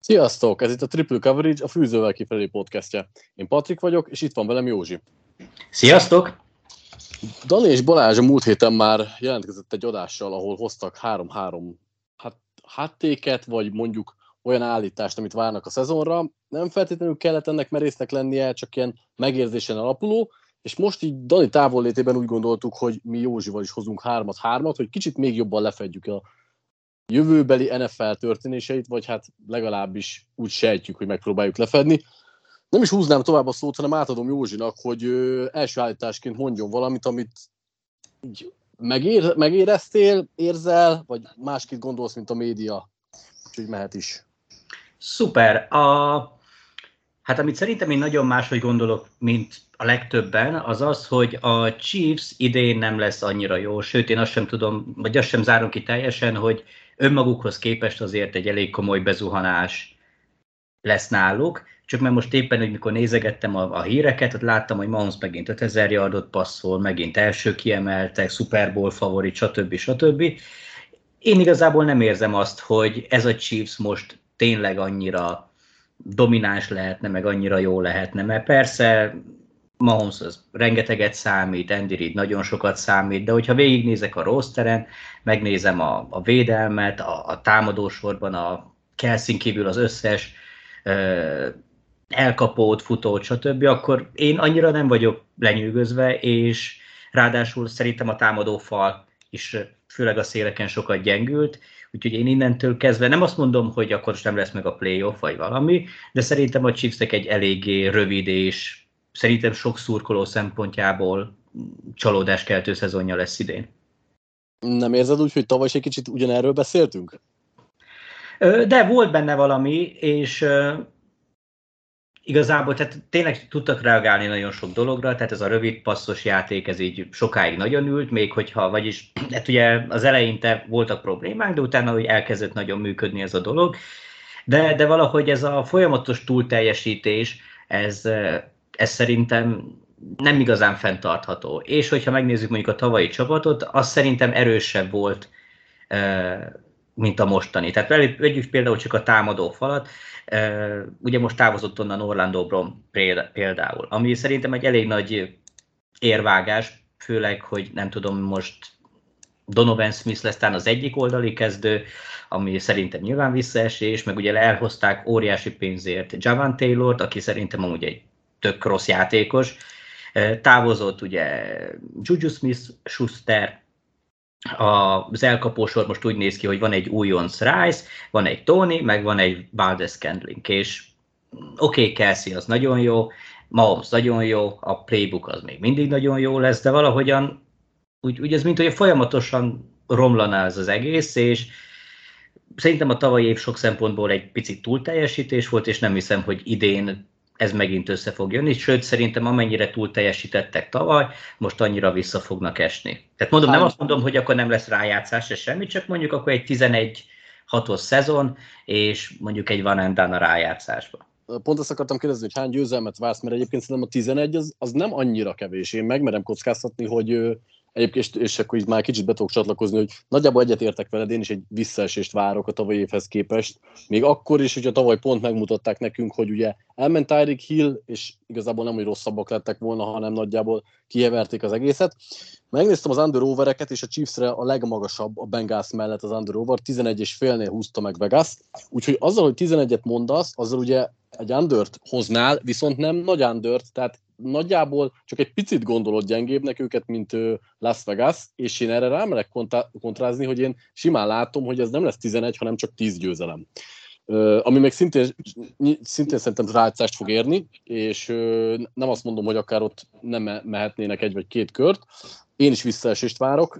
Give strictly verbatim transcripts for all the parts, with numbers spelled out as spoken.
Sziasztok! Ez itt a Triple Coverage, a Fűzővel kifelé podcastja. Én Patrik vagyok, és itt van velem Józsi. Sziasztok! Dani és Balázs a múlt héten már jelentkezett egy adással, ahol hoztak három-három hát, háttéket, vagy mondjuk olyan állítást, amit várnak a szezonra. Nem feltétlenül kellett ennek merésznek lennie, csak ilyen megérzésen alapuló, és most így Dani távollétében úgy gondoltuk, hogy mi Józsival is hozunk hármat-hármat, hogy kicsit még jobban lefedjük a jövőbeli en ef el történéseit, vagy hát legalábbis úgy sejtjük, hogy megpróbáljuk lefedni. Nem is húznám tovább a szót, hanem átadom Józsinak, hogy ö, első állításként mondjon valamit, amit így megér, megéreztél, érzel, vagy másképp gondolsz, mint a média. Úgyhogy mehet is. Szuper! A... Hát amit szerintem én nagyon máshogy gondolok, mint a legtöbben, az az, hogy a Chiefs idén nem lesz annyira jó, sőt én azt sem tudom, vagy azt sem zárom ki teljesen, hogy önmagukhoz képest azért egy elég komoly bezuhanás lesz náluk, csak mert most éppen, hogy mikor nézegettem a, a híreket, ott láttam, hogy Mahomes megint ötezer yardot passzol, megint első kiemeltek, Super Bowl favorit, stb. stb. Én igazából nem érzem azt, hogy ez a Chiefs most tényleg annyira domináns lehetne, meg annyira jó lehetne, mert persze Mahomes az rengeteget számít, Andy Reid nagyon sokat számít, de hogyha végignézek a rosteren, megnézem a, a védelmet, a, a támadósorban a Kelce-n kívül az összes uh, elkapót, futót, stb., akkor én annyira nem vagyok lenyűgözve, és ráadásul szerintem a támadófal is főleg a széleken sokat gyengült, úgyhogy én innentől kezdve nem azt mondom, hogy akkor most nem lesz meg a playoff vagy valami, de szerintem a Chiefsnek egy eléggé rövid és szerintem sok szurkoló szempontjából csalódáskeltő szezonja lesz idén. Nem érzed úgy, hogy tavaly is egy kicsit ugyanerről beszéltünk? De volt benne valami, és igazából tehát tényleg tudtak reagálni nagyon sok dologra, tehát ez a rövid passzos játék, ez így sokáig nagyon ült, még hogyha, vagyis hát ugye az eleinte voltak problémák, de utána úgy elkezdett nagyon működni ez a dolog, de, de valahogy ez a folyamatos túlteljesítés, ez, ez szerintem nem igazán fenntartható. És hogyha megnézzük mondjuk a tavalyi csapatot, az szerintem erősebb volt, mint a mostani. Tehát vegyük például csak a támadó falat, ugye most távozott onnan Orlando Brown például, ami szerintem egy elég nagy érvágás, főleg, hogy nem tudom, most Donovan Smith lesz tán az egyik oldali kezdő, ami szerintem nyilván visszaesés, meg ugye elhozták óriási pénzért Javan Taylort, aki szerintem amúgy egy tök rossz játékos. Távozott ugye Juju Smith-Schuster, az elkapósor most úgy néz ki, hogy van egy újonc Rice, van egy Tony, meg van egy Valdes-Scantling, és oké, okay, Kelce az nagyon jó, Mahomes nagyon jó, a playbook az még mindig nagyon jó lesz, de valahogyan úgy, úgy ez mint hogy folyamatosan romlana ez az egész, és szerintem a tavalyi év sok szempontból egy picit túlteljesítés volt, és nem hiszem, hogy idén ez megint össze fog jönni, sőt szerintem amennyire túl teljesítettek tavaly, most annyira vissza fognak esni. Tehát mondom, nem azt mondom, hogy akkor nem lesz rájátszás, és semmi, csak mondjuk akkor egy tizenegy hatos szezon, és mondjuk egy van and done a rájátszásban. Pont azt akartam kérdezni, hogy hány győzelmet vársz, mert egyébként szerintem a tizenegy az, az nem annyira kevés. Én megmerem kockáztatni, hogy egyébként, és akkor így már kicsit be tudok csatlakozni, hogy nagyjából egyetértek veled, én is egy visszaesést várok a tavalyi évhez képest. Még akkor is, hogyha tavaly pont megmutatták nekünk, hogy ugye elment Tyreek Hill, és igazából nem, hogy rosszabbak lettek volna, hanem nagyjából kiheverték az egészet. Megnéztem az under-overeket, és a Chiefsre a legmagasabb a Bengals mellett az under-over, tizenegy és félnél húzta meg Vegas. Úgyhogy azzal, hogy tizenegyet mondasz, azzal ugye egy undert hoznál, viszont nem nagy undert, tehát nagyjából csak egy picit gondolod gyengébbnek őket, mint Las Vegas, és én erre rámerek kontrázni, hogy én simán látom, hogy ez nem lesz tizenegy, hanem csak tíz győzelem. Ami meg szintén, szintén szerintem rájátszást fog érni, és nem azt mondom, hogy akár ott nem mehetnének egy vagy két kört. Én is visszaesést várok,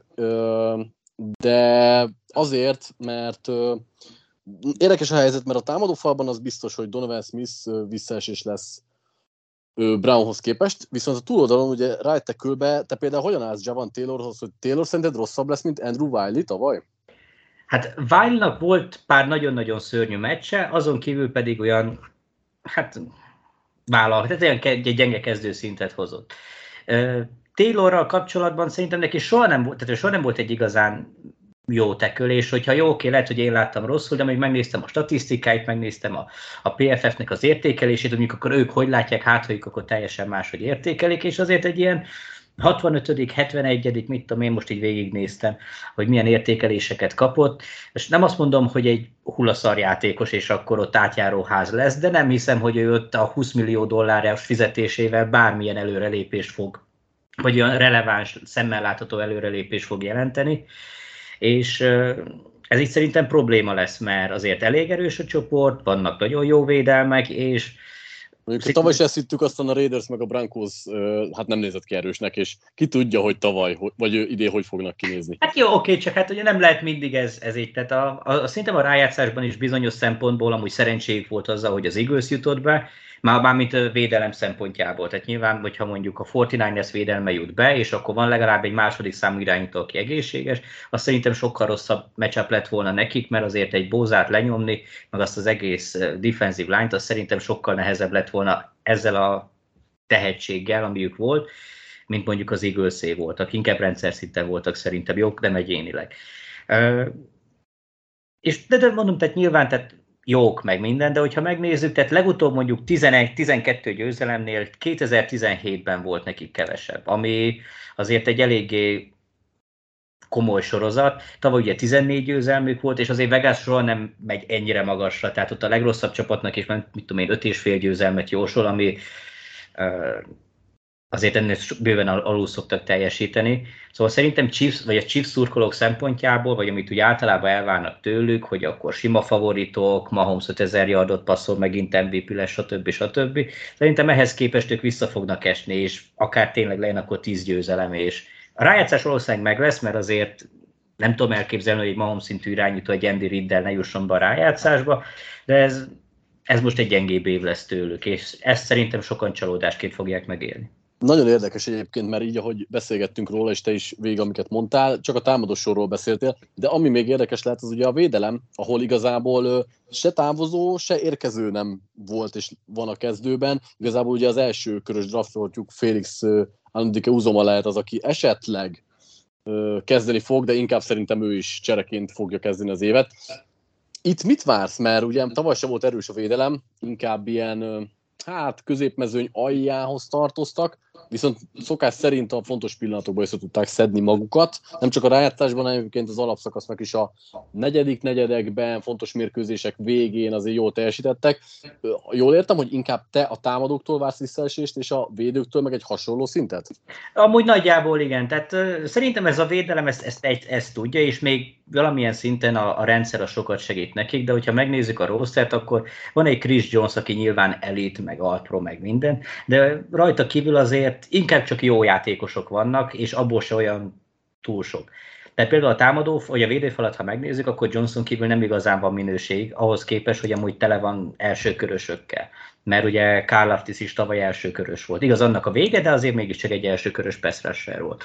de azért, mert érdekes a helyzet, mert a támadófalban az biztos, hogy Donovan Smith visszaesés lesz Brownhoz képest, viszont a túloldalon ugye right tackle-be, te például hogyan állsz Javan Taylorhoz, hogy Taylor szerinted rosszabb lesz, mint Andrew Wiley tavaly? Hát Wiley-nak volt pár nagyon-nagyon szörnyű meccse, azon kívül pedig olyan, hát vállal, tehát olyan egy gyenge kezdőszintet hozott. Taylorral kapcsolatban szerintem neki soha nem volt, tehát soha nem volt egy igazán jó tackle, és hogyha jó, oké, lehet, hogy én láttam rosszul, de még megnéztem a statisztikáit, megnéztem a, a pé ef ef-nek az értékelését, mondjuk akkor ők hogy látják, hát, hogy akkor teljesen máshogy értékelik, és azért egy ilyen hatvanötödik, hetvenegyedik mit tudom én, most így végignéztem, hogy milyen értékeléseket kapott, és nem azt mondom, hogy egy hullaszar játékos, és akkor ott átjáróház lesz, de nem hiszem, hogy ő ott a húsz millió dolláros fizetésével bármilyen előrelépést fog, vagy olyan releváns, szemmel látható előrelépést fog jelenteni, és ez így szerintem probléma lesz, mert azért elég erős a csoport, vannak nagyon jó védelmek, és mondjuk tavaly is ezt hittük, aztán a Raiders meg a Broncos hát nem nézett ki erősnek, és ki tudja, hogy tavaly, vagy idén hogy fognak kinézni. Hát jó, oké, csak hát ugye nem lehet mindig ez, ez így, tehát a, a, a, szerintem a rájátszásban is bizonyos szempontból amúgy szerencséjük volt azzal, hogy az Eagles jutott be, már bármint a védelem szempontjából. Tehát nyilván, hogyha mondjuk a negyvenkilencesek védelme jut be, és akkor van legalább egy második számú irányító, aki egészséges, azt szerintem sokkal rosszabb matchup lett volna nekik, mert azért egy Bózát lenyomni, meg azt az egész defensive line-t, az szerintem sokkal nehezebb lett volna ezzel a tehetséggel, amiük volt, mint mondjuk az Eagles-é voltak. Inkább rendszer szinten voltak szerintem jók, nem egyénileg. És de, de mondom, tehát nyilván, tehát jók meg minden, de hogyha megnézzük, tehát legutóbb mondjuk tizenegy-tizenkettő győzelemnél kétezer-tizenhétben volt nekik kevesebb, ami azért egy eléggé komoly sorozat. Tavaly ugye tizennégy győzelmük volt, és azért Vegas soha nem megy ennyire magasra, tehát ott a legrosszabb csapatnak is, mit tudom én, öt és fél győzelmet jósol, ami uh, azért ennél bőven alul szoktak teljesíteni. Szóval szerintem Chiefs, vagy a Chiefs szurkolók szempontjából, vagy amit úgy általában elvárnak tőlük, hogy akkor sima favoritok, Mahomes ötezer yardot passzol, megint em vé pé lesz, stb. stb. Szerintem ehhez képest ők vissza fognak esni, és akár tényleg legyen akkor tíz győzelem, és a rájátszás valószínűleg meg lesz, mert azért nem tudom elképzelni, hogy egy Mahomes szintű irányító egy Andy Riddel ne jusson be a rájátszásba, de ez, ez most egy gyengébb év lesz tőlük, és ezt szerintem sokan csalódásként fogják megélni. Nagyon érdekes egyébként, mert így, ahogy beszélgettünk róla, és te is végig, amiket mondtál, csak a támadósorról beszéltél, de ami még érdekes lehet, az ugye a védelem, ahol igazából se távozó, se érkező nem volt, és van a kezdőben. Igazából ugye az első körös draftoltjuk Félix Anudike-Uzomah lehet az, aki esetleg kezdeni fog, de inkább szerintem ő is csereként fogja kezdeni az évet. Itt mit vársz? Mert ugye tavaly sem volt erős a védelem, inkább ilyen hát középmezőny aljához tartoztak, viszont szokás szerint a fontos pillanatokban össze tudták szedni magukat, nem csak a rájátszásban, hanem egyébként az alapszakasznak is a negyedik negyedekben, fontos mérkőzések végén azért jól teljesítettek. Jól értem, hogy inkább te a támadóktól vársz visszaesést, és a védőktől meg egy hasonló szintet? Amúgy nagyjából igen, tehát uh, szerintem ez a védelem ezt, ezt, ezt, ezt tudja, és még valamilyen szinten a, a rendszer a sokat segít nekik, de hogyha megnézzük a rostert, akkor van egy Chris Jones, aki nyilván elit, meg alt-pro, meg minden, de rajta kívül azért inkább csak jó játékosok vannak, és abból se olyan túl sok. Tehát például a támadó, vagy a védőfalat, ha megnézzük, akkor Johnson kívül nem igazán van minőség, ahhoz képest, hogy amúgy tele van elsőkörösökkel. Mert ugye Karlaftis is tavaly elsőkörös volt. Igaz, annak a vége, de azért mégiscsak egy elsőkörös pass rusher volt.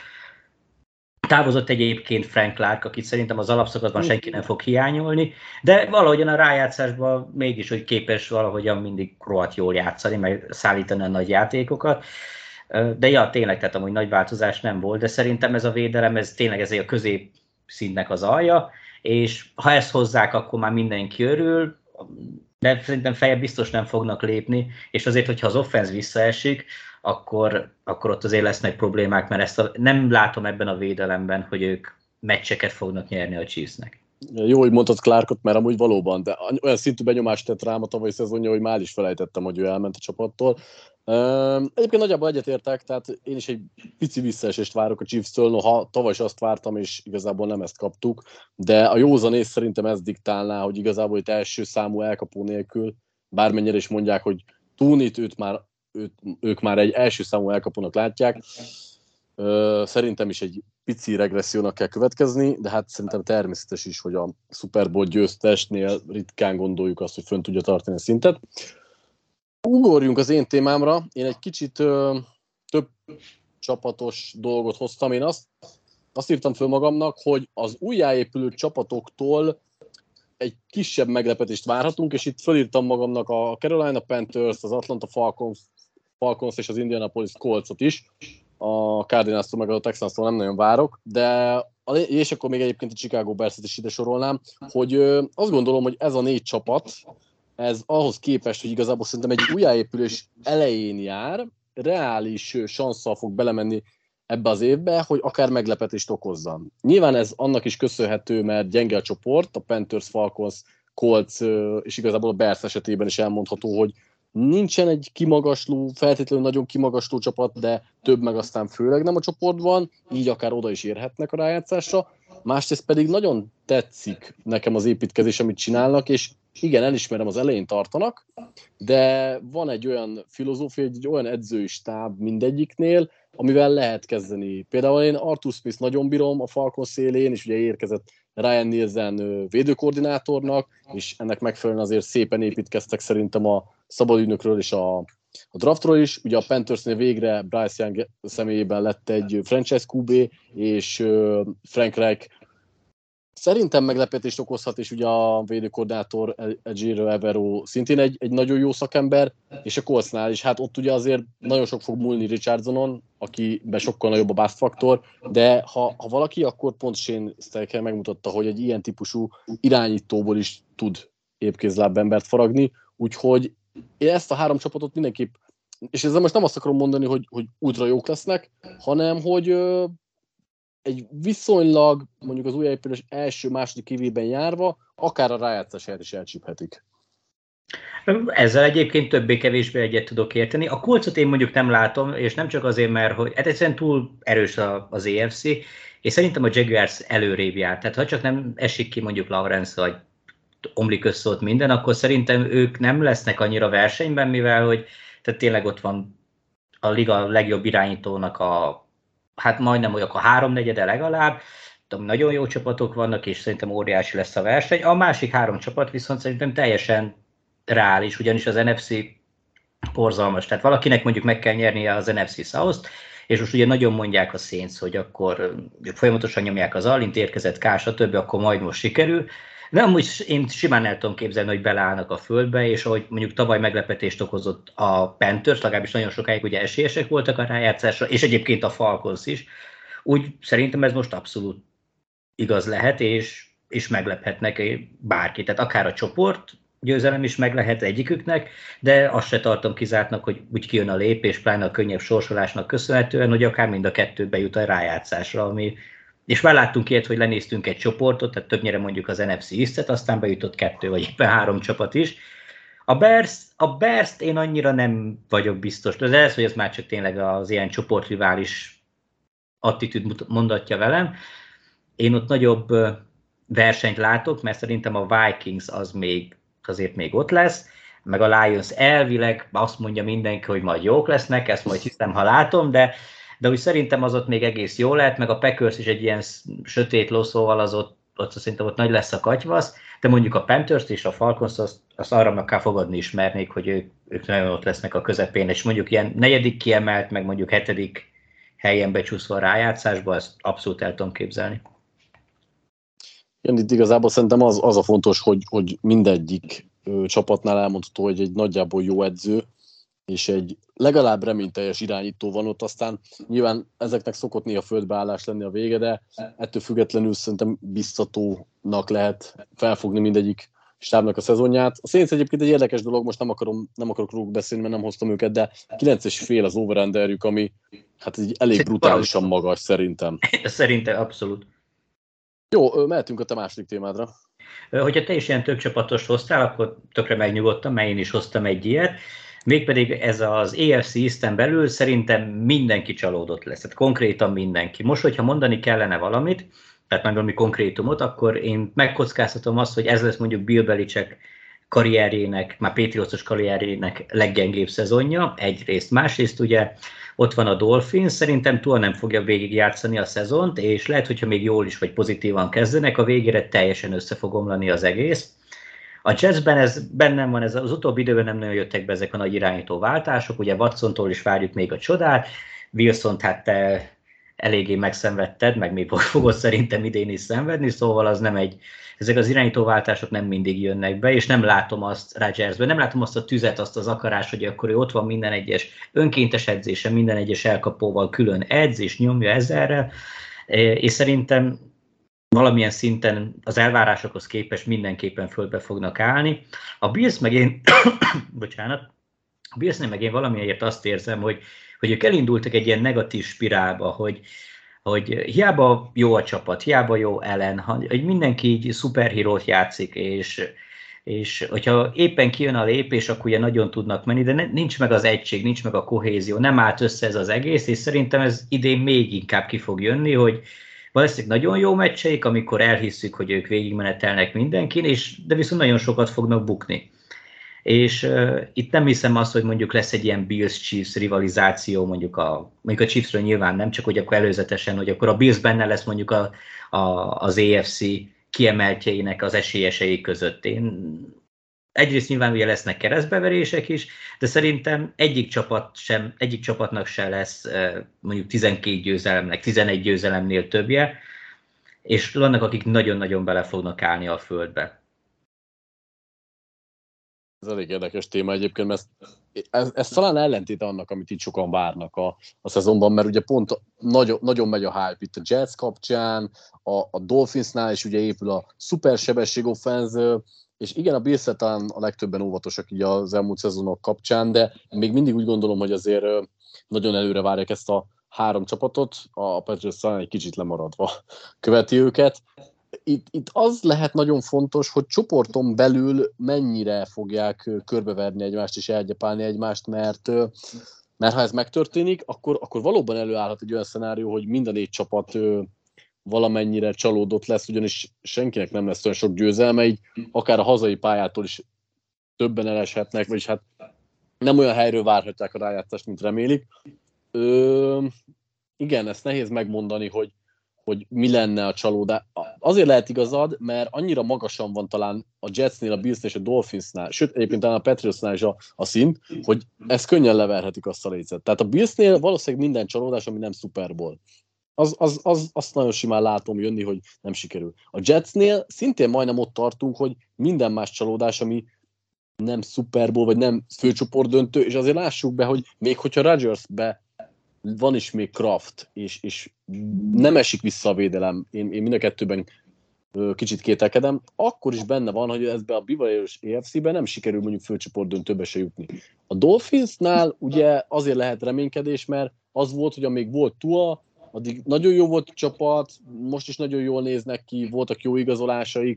Távozott egyébként Frank Clark, akit szerintem az alapszakaszban senki nem fog hiányolni, de valahogyan a rájátszásban mégis, hogy képes valahogyan mindig rohadt jól játszani, meg szállítani a nagy játékokat. De ja, tényleg, tehát amúgy nagy változás nem volt, de szerintem ez a védelem, ez tényleg ez a középszintnek az alja, és ha ezt hozzák, akkor már mindenki örül, de szerintem feljebb biztos nem fognak lépni, és azért, hogyha az offense visszaesik, akkor, akkor ott azért lesznek problémák, mert ezt a, nem látom ebben a védelemben, hogy ők meccseket fognak nyerni a Chiefsnek. Jó, hogy mondtad Clarkot, mert amúgy valóban, de olyan szintű benyomást tett rám a tavalyi szezonja, hogy már is felejtettem, hogy ő elment a csapattól. Egyébként nagyjából egyetértek, tehát én is egy pici visszaesést várok a Chiefs-től, noha tavaly is azt vártam, és igazából nem ezt kaptuk, de a józanész szerintem ez diktálná, hogy igazából itt első számú elkapó nélkül, bármennyire is mondják, hogy Túnit őt már, őt, ők már egy első számú elkapónak látják, szerintem is egy pici regressziónak kell következni, de hát szerintem természetes is, hogy a Super Bowl győztesnél ritkán gondoljuk azt, hogy fönn tudja tartani a szintet. Ugorjunk az én témámra. Én egy kicsit ö, több csapatos dolgot hoztam. Én azt, azt írtam föl magamnak, hogy az újjáépülő csapatoktól egy kisebb meglepetést várhatunk, és itt fölírtam magamnak a Carolina Panthers, az Atlanta Falcons, Falcons és az Indianapolis Coltsot is. a Cardinals-tól meg a Texans-tól nem nagyon várok, de és akkor még egyébként a Chicago Bears-et is ide sorolnám, hogy azt gondolom, hogy ez a négy csapat, ez ahhoz képest, hogy igazából szerintem egy újjáépülés elején jár, reális sansszal fog belemenni ebbe az évbe, hogy akár meglepetést okozzon. Nyilván ez annak is köszönhető, mert gyenge a csoport, a Panthers, Falcons, Colts és igazából a Bears esetében is elmondható, hogy nincsen egy kimagasló, feltétlenül nagyon kimagasló csapat, de több meg aztán főleg nem a csoportban, így akár oda is érhetnek a rájátszásra. Másrészt pedig nagyon tetszik nekem az építkezés, amit csinálnak, és igen, elismerem, az elején tartanak, de van egy olyan filozófia, egy olyan edzői stáb mindegyiknél, amivel lehet kezdeni. Például én Arthur Smith nagyon bírom a Falcons szélén, és ugye érkezett Ryan Nielsen védőkoordinátornak, és ennek megfelelően azért szépen építkeztek szerintem a szabadügynökről és a, a draftról is. Ugye a Panthersnél végre Bryce Young személyében lett egy franchise kú bé, és Frank Reich szerintem meglepetést okozhat, és ugye a védőkoordinátor Ejiro Evero szintén egy, egy nagyon jó szakember, és a Coltsnál is, hát ott ugye azért nagyon sok fog múlni Richardsonon, akiben sokkal nagyobb a bust faktor, de ha, ha valaki, akkor pont Shane Steichen megmutatta, hogy egy ilyen típusú irányítóból is tud épkézláb embert faragni, úgyhogy én ezt a három csapatot mindenképp, és ezzel most nem azt akarom mondani, hogy, hogy ultra jók lesznek, hanem hogy ö, egy viszonylag, mondjuk az újjáépülés első-második évében járva, akár a rájátszás helyet is elcsíphetik. Ezzel egyébként többé-kevésbé egyet tudok érteni. A Coltsot én mondjuk nem látom, és nem csak azért, mert hogy hát egyszerűen túl erős az á ef cé, és szerintem a Jaguars előrébb jár. Tehát ha csak nem esik ki mondjuk Lawrence, vagy omlik össze ott minden, akkor szerintem ők nem lesznek annyira versenyben, mivel hogy tehát tényleg ott van a liga legjobb irányítónak a hát majdnem olyan a háromnegyede legalább, nagyon jó csapatok vannak, és szerintem óriási lesz a verseny. A másik három csapat viszont szerintem teljesen reális, ugyanis az en ef cé borzalmas. Tehát valakinek mondjuk meg kell nyernie az en ef cé South-t, és most ugye nagyon mondják a Saints, hogy akkor folyamatosan nyomják az Allint, érkezett K, stb., akkor majd most sikerül. De amúgy én simán el tudom képzelni, hogy beleállnak a földbe, és ahogy mondjuk tavaly meglepetést okozott a Panthers, legalábbis nagyon sokáig ugye esélyesek voltak a rájátszásra, és egyébként a Falcons is, úgy szerintem ez most abszolút igaz lehet, és, és meglephetnek bárki. Tehát akár a csoport győzelem is meg lehet egyiküknek, de azt se tartom kizártnak, hogy úgy kijön a lépés, pláne a könnyebb sorsolásnak köszönhetően, hogy akár mind a kettő bejut a rájátszásra, ami és már láttunk ilyet, hogy lenéztünk egy csoportot, tehát többnyire mondjuk az en ef cé East-et, aztán bejutott kettő vagy éppen három csapat is. A Bears, a Bears-t én annyira nem vagyok biztos, de ez, hogy ez már csak tényleg az ilyen csoportrivális attitűd mondatja velem. Én ott nagyobb versenyt látok, mert szerintem a Vikings az még, azért még ott lesz, meg a Lions elvileg azt mondja mindenki, hogy majd jók lesznek, ezt majd hiszem, ha látom, de de úgy szerintem az ott még egész jó lehet, meg a Packers is egy ilyen sötét lószóval az ott, ott szerintem ott nagy lesz a katyvasz, de mondjuk a Panthers és a Falcons azt, azt arra meg kell fogadni ismernék, hogy ők, ők nagyon ott lesznek a közepén, és mondjuk ilyen negyedik kiemelt, meg mondjuk hetedik helyen becsúszva a rájátszásba, ezt abszolút el tudom képzelni. Igen, itt igazából szerintem az, az a fontos, hogy, hogy mindegyik ö, csapatnál elmondható, hogy egy nagyjából jó edző, és egy legalább reményteljes irányító van ott, aztán nyilván ezeknek szokott néha földbeállás lenni a vége, de ettől függetlenül szerintem biztatónak lehet felfogni mindegyik stábnak a szezonját. A Saints egyébként egy érdekes dolog, most nem, akarom, nem akarok róluk beszélni, mert nem hoztam őket, de kilenc és fél az over-underjük, ami hát egy elég brutálisan magas szerintem. Szerintem abszolút. Jó, mehetünk a te második témádra. Hogyha te is ilyen több csapatos hoztál, akkor tökre megnyugodtam, mert én is hoztam egy ilyet. Mégpedig ez az á ef cé East-en belül szerintem mindenki csalódott lesz, tehát konkrétan mindenki. Most, hogyha mondani kellene valamit, tehát meg valami konkrétumot, akkor én megkockáztatom azt, hogy ez lesz mondjuk Bill Belichick karrierjének, már Patriots-os karrierjének leggyengébb szezonja, egyrészt. Másrészt ugye ott van a Dolphins, szerintem túl nem fogja végigjátszani a szezont, és lehet, hogyha még jól is vagy pozitívan kezdenek, a végére teljesen össze fog omlani az egész. A Jetsben ez bennem van, ez az utóbbi időben nem nagyon jöttek be ezek a nagy irányító váltások, ugye Watsontól is várjuk még a csodát, Wilsont hát eléggé megszenvedted, meg még fogod szerintem idén is szenvedni, szóval az nem egy, ezek az irányítóváltások nem mindig jönnek be, és nem látom azt Rodgersben, nem látom azt a tüzet, azt az akarás, hogy akkor ő ott van minden egyes önkéntes edzésen, minden egyes elkapóval külön edz, és nyomja ezerrel, és szerintem valamilyen szinten az elvárásokhoz képest mindenképpen földbe fognak állni. A Bills meg én, bocsánat, a Billsnél meg én valamiért azt érzem, hogy, hogy ők elindultak egy ilyen negatív spirálba, hogy, hogy hiába jó a csapat, hiába jó ellen, hogy mindenki így szuperhírót játszik, és, és hogyha éppen kijön a lépés, akkor ugye nagyon tudnak menni, de nincs meg az egység, nincs meg a kohézió, nem állt össze ez az egész, és szerintem ez idén még inkább ki fog jönni, hogy valószínűleg nagyon jó meccseik, amikor elhisszük, hogy ők végigmenetelnek mindenkin, és, de viszont nagyon sokat fognak bukni. És uh, itt nem hiszem azt, hogy mondjuk lesz egy ilyen Bills-Chiefs rivalizáció, mondjuk a, mondjuk a Chiefsről nyilván nem, csak hogy akkor előzetesen, hogy akkor a Bills benne lesz mondjuk a, a, az á ef cé kiemeltjeinek az esélyesei között. Én, egyrészt nyilván ugye lesznek keresztbeverések is, de szerintem egyik, csapat sem, egyik csapatnak se lesz uh, mondjuk tizenkét győzelemnek, tizenegy győzelemnél többje, és vannak, akik nagyon-nagyon bele fognak állni a földbe. Ez elég érdekes téma egyébként, mert ez, ez, ez talán ellentét annak, amit itt sokan várnak a, a szezonban, mert ugye pont nagyon, nagyon megy a hype itt a Jets kapcsán, a, a Dolphinsnál is ugye épül a szupersebesség offense, és igen, a Bills-et talán a legtöbben óvatosak így az elmúlt szezonok kapcsán, de még mindig úgy gondolom, hogy azért nagyon előre várják ezt a három csapatot, a Patriots talán egy kicsit lemaradva követi őket. Itt, itt az lehet nagyon fontos, hogy csoporton belül mennyire fogják körbeverni egymást és elgyepálni egymást, mert, mert ha ez megtörténik, akkor, akkor valóban előállhat egy olyan szenárió, hogy mind a négy csapat valamennyire csalódott lesz, ugyanis senkinek nem lesz olyan sok győzelme, így akár a hazai pályától is többen eleshetnek, vagyis hát nem olyan helyről várhatják a rájátszást, mint remélik. Ö, igen, ezt nehéz megmondani, hogy hogy mi lenne a csalódás. Azért lehet igazad, mert annyira magasan van talán a Jetsnél, a Billsnél és a Dolphinsnál, sőt, egyébként talán a Patriotsnál is a, a szint, hogy ez könnyen leverhetik azt a lécet. Tehát a Billsnél valószínűleg minden csalódás, ami nem Super Bowl. Az, az, az, azt nagyon simán látom jönni, hogy nem sikerül. A Jetsnél szintén majdnem ott tartunk, hogy minden más csalódás, ami nem Super Bowl, vagy nem főcsoport döntő, és azért lássuk be, hogy még hogyha Rodgersbe van is még Kraft, és, és nem esik vissza a védelem, én, én mind a kettőben ö, kicsit kételkedem, akkor is benne van, hogy ezbe a bivalós á ef cé-ben nem sikerül mondjuk főcsoport döntőbe se jutni. A Dolphinsnál ugye azért lehet reménykedés, mert az volt, hogy amíg volt Tua, addig nagyon jó volt a csapat, most is nagyon jól néznek ki, voltak jó igazolásaik,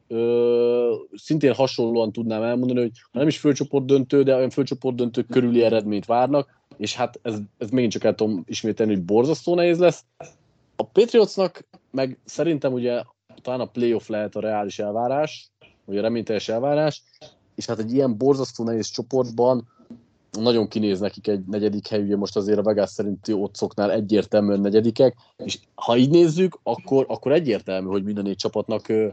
ö, szintén hasonlóan tudnám elmondani, hogy ha nem is főcsoport döntő, de olyan főcsoport döntő körüli eredményt várnak, és hát ez, ez megint csak el tudom ismételni, hogy borzasztó nehéz lesz. A Patriotsnak meg szerintem ugye talán a playoff lehet a reális elvárás, vagy a reményteljes elvárás, és hát egy ilyen borzasztó nehéz csoportban nagyon kinéz nekik egy negyedik hely, ugye most azért a Vegas szerinti oddszoknál egyértelműen negyedikek, és ha így nézzük, akkor, akkor egyértelmű, hogy minden négy csapatnak ö,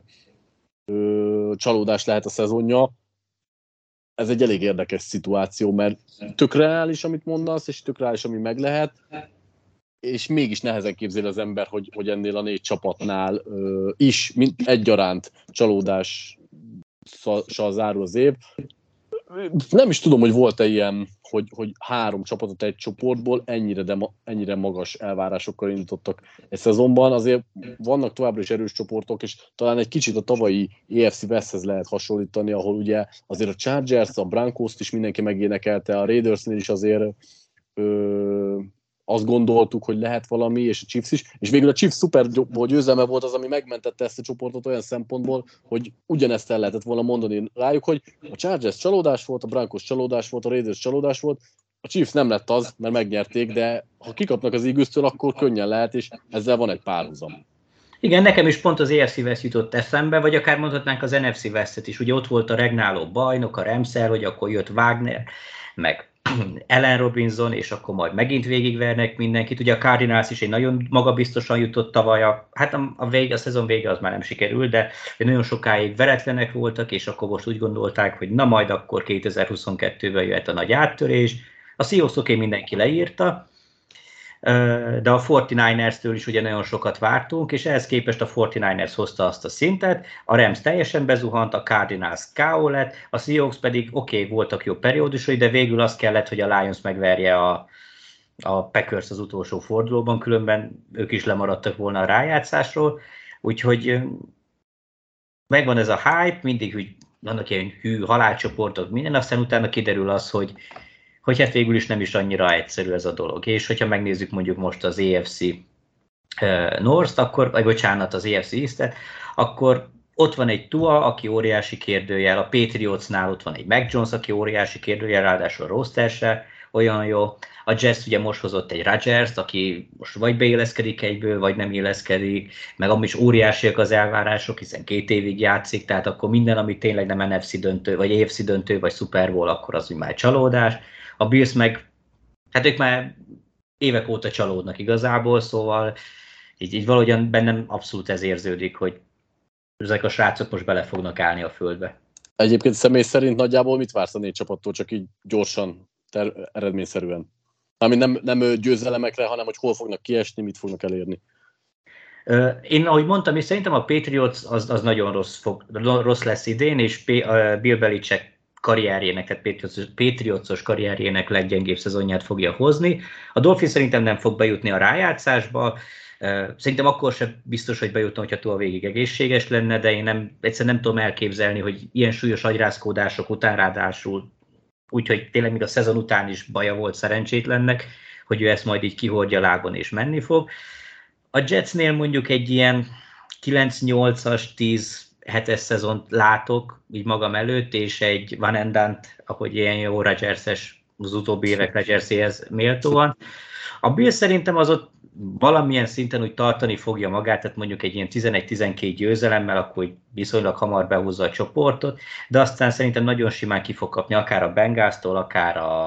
ö, csalódás lehet a szezonja. Ez egy elég érdekes szituáció, mert tök reális, amit mondasz, és tök reális, ami meg lehet, és mégis nehezen képzel az ember, hogy, hogy ennél a négy csapatnál ö, is mint egyaránt csalódással zárul az év. Nem is tudom, hogy volt-e ilyen, hogy, hogy három csapatot egy csoportból ennyire, de ma, ennyire magas elvárásokkal indítottak egy szezonban. Azért vannak továbbra is erős csoportok, és talán egy kicsit a tavalyi á ef cé Westhez lehet hasonlítani, ahol ugye azért a Chargers, a Broncos-t is mindenki megénekelte, a Raidersnél is azért ö, azt gondoltuk, hogy lehet valami, és a Chiefs is, és végül a Chiefs szuper győzelme volt az, ami megmentette ezt a csoportot olyan szempontból, hogy ugyanezt el lehetett volna mondani rájuk, hogy a Chargers csalódás volt, a Broncos csalódás volt, a Raiders csalódás volt, a Chiefs nem lett az, mert megnyerték, de ha kikapnak az Eagles-től, akkor könnyen lehet, és ezzel van egy párhuzam. Igen, nekem is pont az á ef cé West jutott eszembe, vagy akár mondhatnánk az en ef cé Westet is. Ugye ott volt a regnáló bajnok, a Ramsel, hogy akkor jött Wagner, meg Allen Robinson, és akkor majd megint végigvernek mindenkit. Ugye a Cardinals is egy nagyon magabiztosan jutott tavaly, a, hát a, a, vége, a szezon vége az már nem sikerült, de nagyon sokáig veretlenek voltak, és akkor most úgy gondolták, hogy na majd akkor kétezer-huszonkettőben jöhet a nagy áttörés. A Seahawks oké, mindenki leírta. de a negyvenkilencestől is ugye nagyon sokat vártunk, és ehhez képest a negyvenkilenc hozta azt a szintet, a Rams teljesen bezuhant, a Cardinals ká ó lett, a Seahawks pedig oké, okay, voltak jó periódusai, de végül az kellett, hogy a Lions megverje a, a Packers az utolsó fordulóban, különben ők is lemaradtak volna a rájátszásról, úgyhogy megvan ez a hype, mindig, hogy vannak ilyen hű halálcsoportok, minden, aztán utána kiderül az, hogy hogy hát végül is nem is annyira egyszerű ez a dolog. És hogyha megnézzük mondjuk most az á ef cé North-t, akkor, vagy bocsánat, az á ef cé East-et, akkor ott van egy Tua, aki óriási kérdőjel, a Patriotsnál ott van egy Mac Jones, aki óriási kérdőjel, ráadásul a roster se olyan jó. A Jazz ugye most hozott egy Rodgers-t, aki most vagy beilleszkedik egyből, vagy nem illeszkedik, meg amúgy is óriásiak az elvárások, hiszen két évig játszik, tehát akkor minden, ami tényleg nem en ef cé döntő, vagy á ef cé döntő, vagy Super Bowl, akkor az úgy már csalódás. A Bills meg, hát ők már évek óta csalódnak igazából, szóval így, így valahogyan bennem abszolút ez érződik, hogy ezek a srácok most bele fognak állni a földbe. Egyébként személy szerint nagyjából mit vársz a négy csapattól, csak így gyorsan, ter- eredményszerűen? Ami nem, nem győzelemekre, hanem hogy hol fognak kiesni, mit fognak elérni. Én, ahogy mondtam, és szerintem a Patriots az, az nagyon rossz, fog, rossz lesz idén, és Bill Belichick karrierjének, tehát Patriotsos karrierjének leggyengébb szezonját fogja hozni. A Dolphins szerintem nem fog bejutni a rájátszásba, szerintem akkor sem biztos, hogy bejutna, hogyha Tua végig egészséges lenne, de én nem, egyszerűen nem tudom elképzelni, hogy ilyen súlyos agyrázkódások után ráadásul, úgyhogy tényleg még a szezon után is baja volt szerencsétlennek, hogy ő ezt majd így kihordja lábon és menni fog. A Jetsnél mondjuk egy ilyen kilenc nyolcas, tíz hetes szezont látok így magam előtt, és egy Van Endant, ahogy ilyen jó Rodgers-es, az utóbbi évek Rodgerséhez méltóan. A Bill szerintem az ott valamilyen szinten úgy tartani fogja magát, tehát mondjuk egy ilyen tizenegy-tizenkét győzelemmel, akkor viszonylag hamar behúzza a csoportot, de aztán szerintem nagyon simán ki fog kapni akár a Bengalstól, akár a,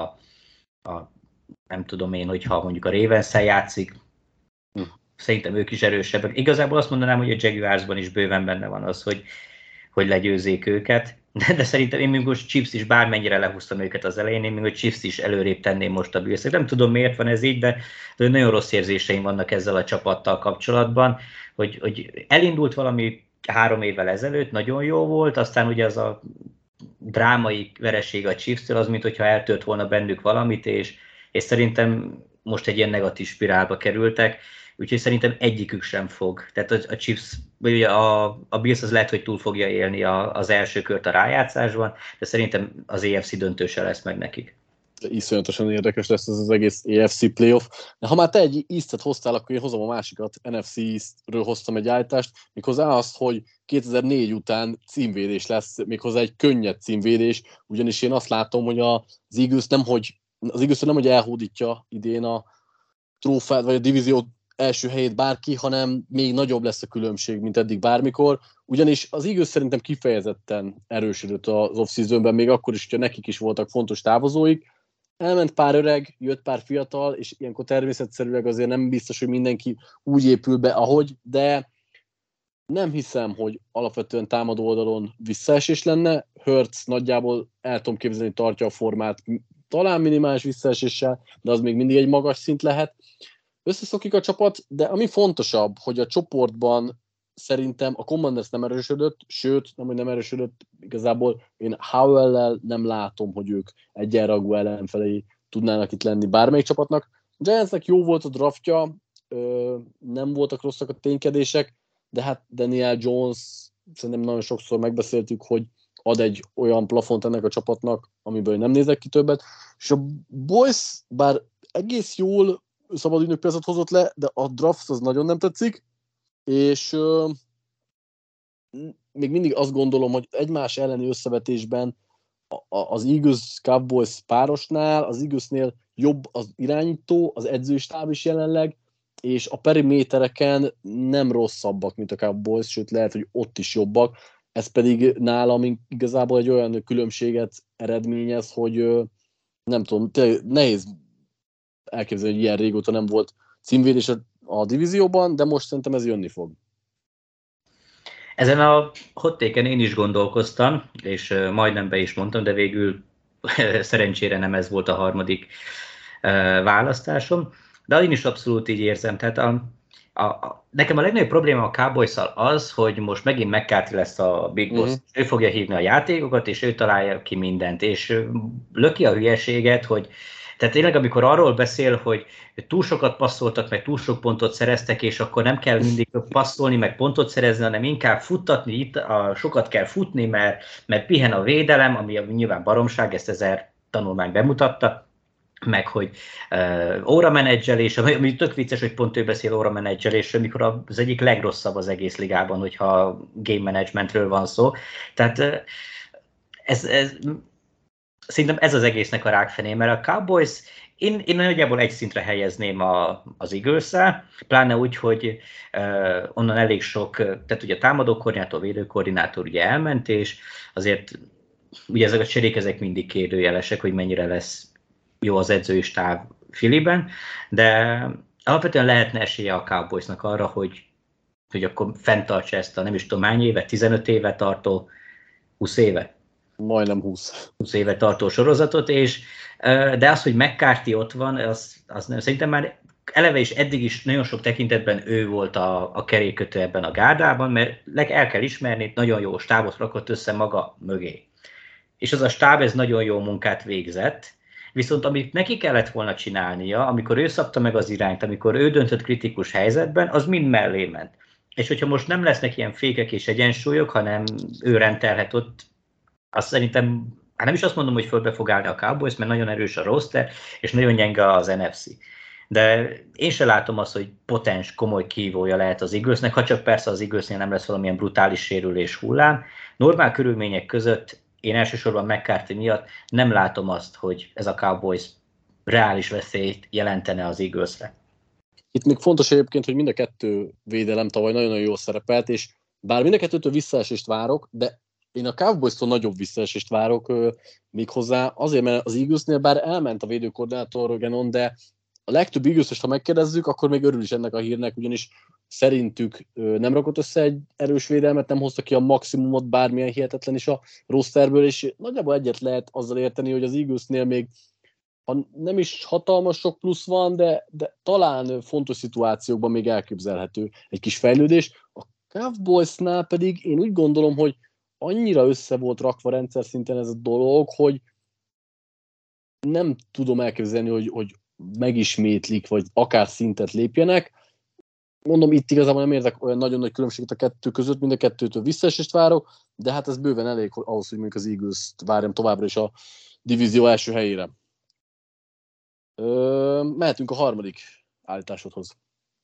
a nem tudom én, hogyha mondjuk a Ravens-szel játszik, hm. Szerintem ők is erősebbek. Igazából azt mondanám, hogy a Jaguarsban is bőven benne van az, hogy, hogy legyőzzék őket, de, de szerintem én még most Chiefs is, bármennyire lehúztam őket az elején, én még a Chiefs is előrébb tenném most a Bills-et. Nem tudom, miért van ez így, de, de nagyon rossz érzéseim vannak ezzel a csapattal kapcsolatban, hogy, hogy elindult valami három évvel ezelőtt, nagyon jó volt, aztán ugye az a drámai vereség a Chiefs-től, az, mint hogyha eltört volna bennük valamit, és, és szerintem most egy ilyen negatív spirálba kerültek, úgyhogy szerintem egyikük sem fog. Tehát a, a Chiefs, vagy a, a Bills az lehet, hogy túl fogja élni a, az első kört a rájátszásban, de szerintem az á ef cé döntőse lesz meg nekik. Iszonyatosan érdekes lesz ez az egész á ef cé playoff. De ha már te egy East-et hoztál, akkor én hozom a másikat. en ef cé East-ről hoztam egy állítást, méghozzá azt, hogy kétezer-négy után címvédés lesz, méghozzá egy könnyed címvédés, ugyanis én azt látom, hogy az Eagles nem, hogy, az Eagles nem, hogy elhódítja idén a trófát, vagy a divízió első helyét bárki, hanem még nagyobb lesz a különbség, mint eddig bármikor, ugyanis az Eagles szerintem kifejezetten erősödött az off-seasonben, még akkor is, hogyha nekik is voltak fontos távozóik. Elment pár öreg, jött pár fiatal, és ilyenkor természetszerűleg azért nem biztos, hogy mindenki úgy épül be, ahogy, de nem hiszem, hogy alapvetően támadó oldalon visszaesés lenne. Hurts nagyjából el tudom képzelni, tartja a formát, talán minimális visszaeséssel, de az még mindig egy magas szint lehet. Összeszokik a csapat, de ami fontosabb, hogy a csoportban szerintem a Commanders nem erősödött, sőt, nem, hogy nem erősödött, igazából én Howell-lel nem látom, hogy ők egyenrangú ellenfelei tudnának itt lenni bármelyik csapatnak. Giantsnek jó volt a draftja, nem voltak rosszak a ténykedések, de hát Daniel Jones, szerintem nagyon sokszor megbeszéltük, hogy ad egy olyan plafont ennek a csapatnak, amiből nem nézek ki többet, és a Boys, bár egész jól szabad ügynökpiacot hozott le, de a draft az nagyon nem tetszik, és euh, még mindig azt gondolom, hogy egymás elleni összevetésben az Eagles Cowboys párosnál, az Eaglesnél jobb az irányító, az edzőstáb is jelenleg, és a perimétereken nem rosszabbak, mint a Cowboys, sőt lehet, hogy ott is jobbak. Ez pedig nálam igazából egy olyan különbséget eredményez, hogy nem tudom, nehéz elképzelni, hogy ilyen régóta nem volt címvédés a, a divízióban, de most szerintem ez jönni fog. Ezen a hot-taken én is gondolkoztam, és majdnem be is mondtam, de végül szerencsére nem ez volt a harmadik választásom. De én is abszolút így érzem. Tehát a, a, a, nekem a legnagyobb probléma a Cowboys-szal az, hogy most megint McCarthy lesz a Big Boss. Uh-huh. Ő fogja hívni a játékokat, és ő találja ki mindent. És löki a hülyeséget, hogy tehát tényleg, amikor arról beszél, hogy túl sokat passzoltak, meg túl sok pontot szereztek, és akkor nem kell mindig passzolni, meg pontot szerezni, hanem inkább futtatni, itt a, sokat kell futni, mert, mert pihen a védelem, ami nyilván baromság, ezt ezer tanulmány bemutatta, meg hogy uh, óramenedzselés, ami tök vicces, hogy pont ő beszél óramenedzselésről, mikor az egyik legrosszabb az egész ligában, hogyha game managementről van szó. Tehát uh, ez, ez, szerintem ez az egésznek a rákfené, mert a Cowboys, én, én nagyjából egy szintre helyezném a, az Eagles-szel, pláne úgy, hogy uh, onnan elég sok, tehát ugye a támadó koordinátor, védő koordinátor ugye elment, és azért ugye ezek a cserék, ezek mindig kérdőjelesek, hogy mennyire lesz jó az edzői stáb Phillyben, de alapvetően lehetne esélye a Cowboysnak arra, hogy, hogy akkor fenntartsa ezt a nem is tudom hány éve, tizenöt éve tartó, húsz éve? Majdnem húsz. húsz éve tartó sorozatot, és de az, hogy McCarthy ott van, az, az nem, szerintem már eleve is eddig is nagyon sok tekintetben ő volt a, a kerékkötő ebben a gárdában, mert el kell ismerni, nagyon jó stábot rakott össze maga mögé. És az a stáb ez nagyon jó munkát végzett, viszont amit neki kellett volna csinálnia, amikor ő szabta meg az irányt, amikor ő döntött kritikus helyzetben, az mind mellé ment. És hogyha most nem lesznek ilyen fékek és egyensúlyok, hanem ő rendelhet ott, azt szerintem, hát nem is azt mondom, hogy fölbe fog állni a Cowboys, mert nagyon erős a roster, és nagyon gyenge az en ef cé. De én se látom azt, hogy potens, komoly kihívója lehet az Eaglesnek, ha csak persze az Eaglesnél nem lesz valamilyen brutális sérülés hullám. Normál körülmények között én elsősorban McCarthy miatt nem látom azt, hogy ez a Cowboys reális veszélyt jelentene az Eaglesre. Itt még fontos egyébként, hogy mind a kettő védelem tavaly nagyon-nagyon jól szerepelt, és bár mind a kettőtől visszaesést várok, de én a Cowboys-tól nagyobb visszaesést várok még hozzá, azért, mert az Eaglesnél bár elment a védőkoordinátor Genon, de a legtöbb Eagles-est, ha megkérdezzük, akkor még örül is ennek a hírnek, ugyanis szerintük nem rakott össze egy erős védelmet, nem hozta ki a maximumot, bármilyen hihetetlen is a rosterből, és nagyjából egyet lehet azzal érteni, hogy az Eaglesnél még ha nem is hatalmas sok plusz van, de, de talán fontos szituációkban még elképzelhető egy kis fejlődés. A Cowboysnál pedig én úgy gondolom, hogy annyira össze volt rakva rendszer szinten ez a dolog, hogy nem tudom elképzelni, hogy, hogy megismétlik, vagy akár szintet lépjenek. Mondom, itt igazából nem érzek olyan nagyon nagy különbséget a kettő között, mind a kettőtől visszaesést várok, de hát ez bőven elég hogy ahhoz, hogy mondjuk az Eagles-t várjam továbbra is a divízió első helyére. Ö, mehetünk a harmadik állításodhoz.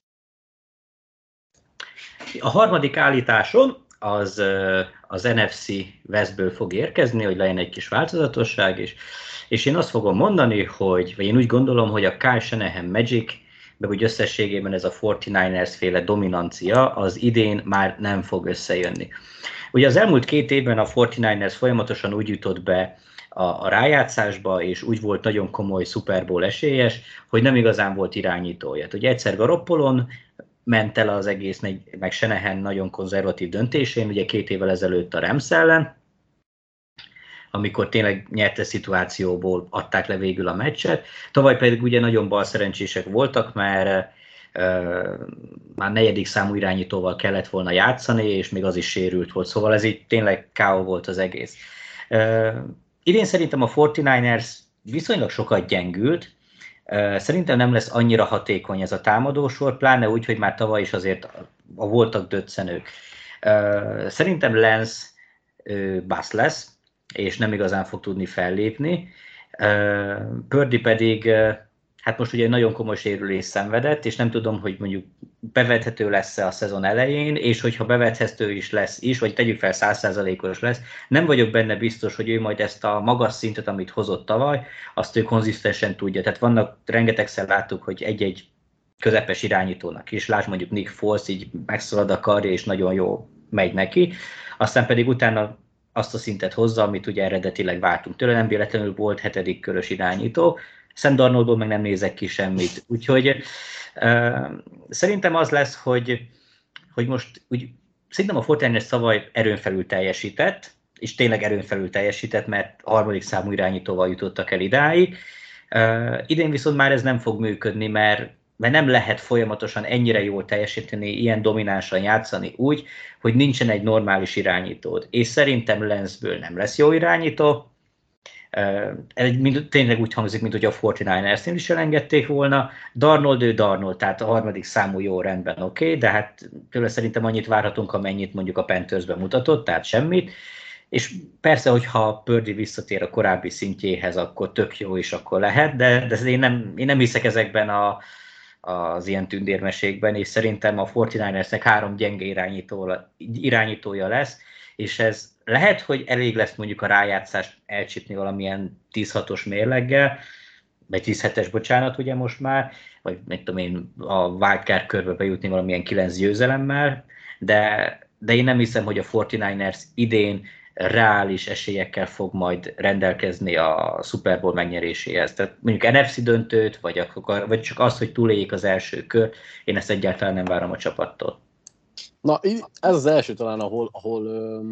A harmadik állításom az az en ef cé Westből fog érkezni, hogy legyen egy kis változatosság is, és én azt fogom mondani, hogy, vagy én úgy gondolom, hogy a Kyle Shanahan Magic, meg úgy összességében ez a negyvenkilencesek féle dominancia az idén már nem fog összejönni. Ugye az elmúlt két évben a negyvenkilencesek folyamatosan úgy jutott be a, a rájátszásba, és úgy volt nagyon komoly Super Bowl esélyes, hogy nem igazán volt irányítója. Ugye egyszer Garoppolon ment el az egész, meg Shanahan nagyon konzervatív döntésén, ugye két évvel ezelőtt a Rams ellen, amikor tényleg nyertes szituációból adták le végül a meccset. Tavaly pedig ugye nagyon balszerencsések voltak, mert uh, már negyedik számú irányítóval kellett volna játszani, és még az is sérült volt, szóval ez így tényleg ká ó volt az egész. Uh, idén szerintem a negyvenkilencesek viszonylag sokat gyengült, uh, szerintem nem lesz annyira hatékony ez a támadósor, pláne úgy, hogy már tavaly is azért a voltak döccenők. Uh, szerintem Lance uh, basz lesz, és nem igazán fog tudni fellépni. Uh, Purdy pedig, uh, hát most ugye nagyon komoly sérülés szenvedett, és nem tudom, hogy mondjuk bevethető lesz-e a szezon elején, és hogyha bevethető is lesz is, vagy tegyük fel száz százalékos lesz, nem vagyok benne biztos, hogy ő majd ezt a magas szintet, amit hozott tavaly, azt ő konzisztensen tudja. Tehát vannak, rengetegszer láttuk, hogy egy-egy közepes irányítónak is, lásd mondjuk Nick Foles, így megszalad a karja, és nagyon jó megy neki, aztán pedig utána azt a szintet hozza, amit ugye eredetileg vártunk tőle, nem véletlenül volt hetedik körös irányító, Sam Darnoldból meg nem nézek ki semmit. Úgyhogy uh, szerintem az lesz, hogy, hogy most úgy, szerintem a negyvenkilencesek tavaly erőn felül teljesített, és tényleg erőn felül teljesített, mert a harmadik számú irányítóval jutottak el idáig. Uh, idén viszont már ez nem fog működni, mert mert nem lehet folyamatosan ennyire jól teljesíteni, ilyen dominánsan játszani úgy, hogy nincsen egy normális irányítód. És szerintem Lensből nem lesz jó irányító. Ez tényleg úgy hangzik, mint hogy a negyvenkilencesnél is elengedték volna. Darnold, ő Darnold, tehát a harmadik számú jó, rendben, oké, okay, de hát tőle szerintem annyit várhatunk, amennyit mondjuk a Panthersben mutatott, tehát semmit. És persze, hogyha Purdy visszatér a korábbi szintjéhez, akkor tök jó is, akkor lehet, de, de én, nem, én nem hiszek ezekben a, az ilyen tündérmesékben, és szerintem a negyvenkilencesnek három gyenge irányító, irányítója lesz, és ez lehet, hogy elég lesz mondjuk a rájátszást elcsípni valamilyen tíz hatos mérleggel, vagy tíz hetes, bocsánat, ugye most már, vagy nem tudom én, a wildcard körbe bejutni valamilyen kilenc győzelemmel, de, de én nem hiszem, hogy a negyvenkilences idén reális esélyekkel fog majd rendelkezni a Super Bowl megnyeréséhez. Tehát mondjuk en ef cé döntőt, vagy, akar, vagy csak azt, hogy túléljék az első kör, én ezt egyáltalán nem várom a csapattól. Na, ez az első talán, ahol, ahol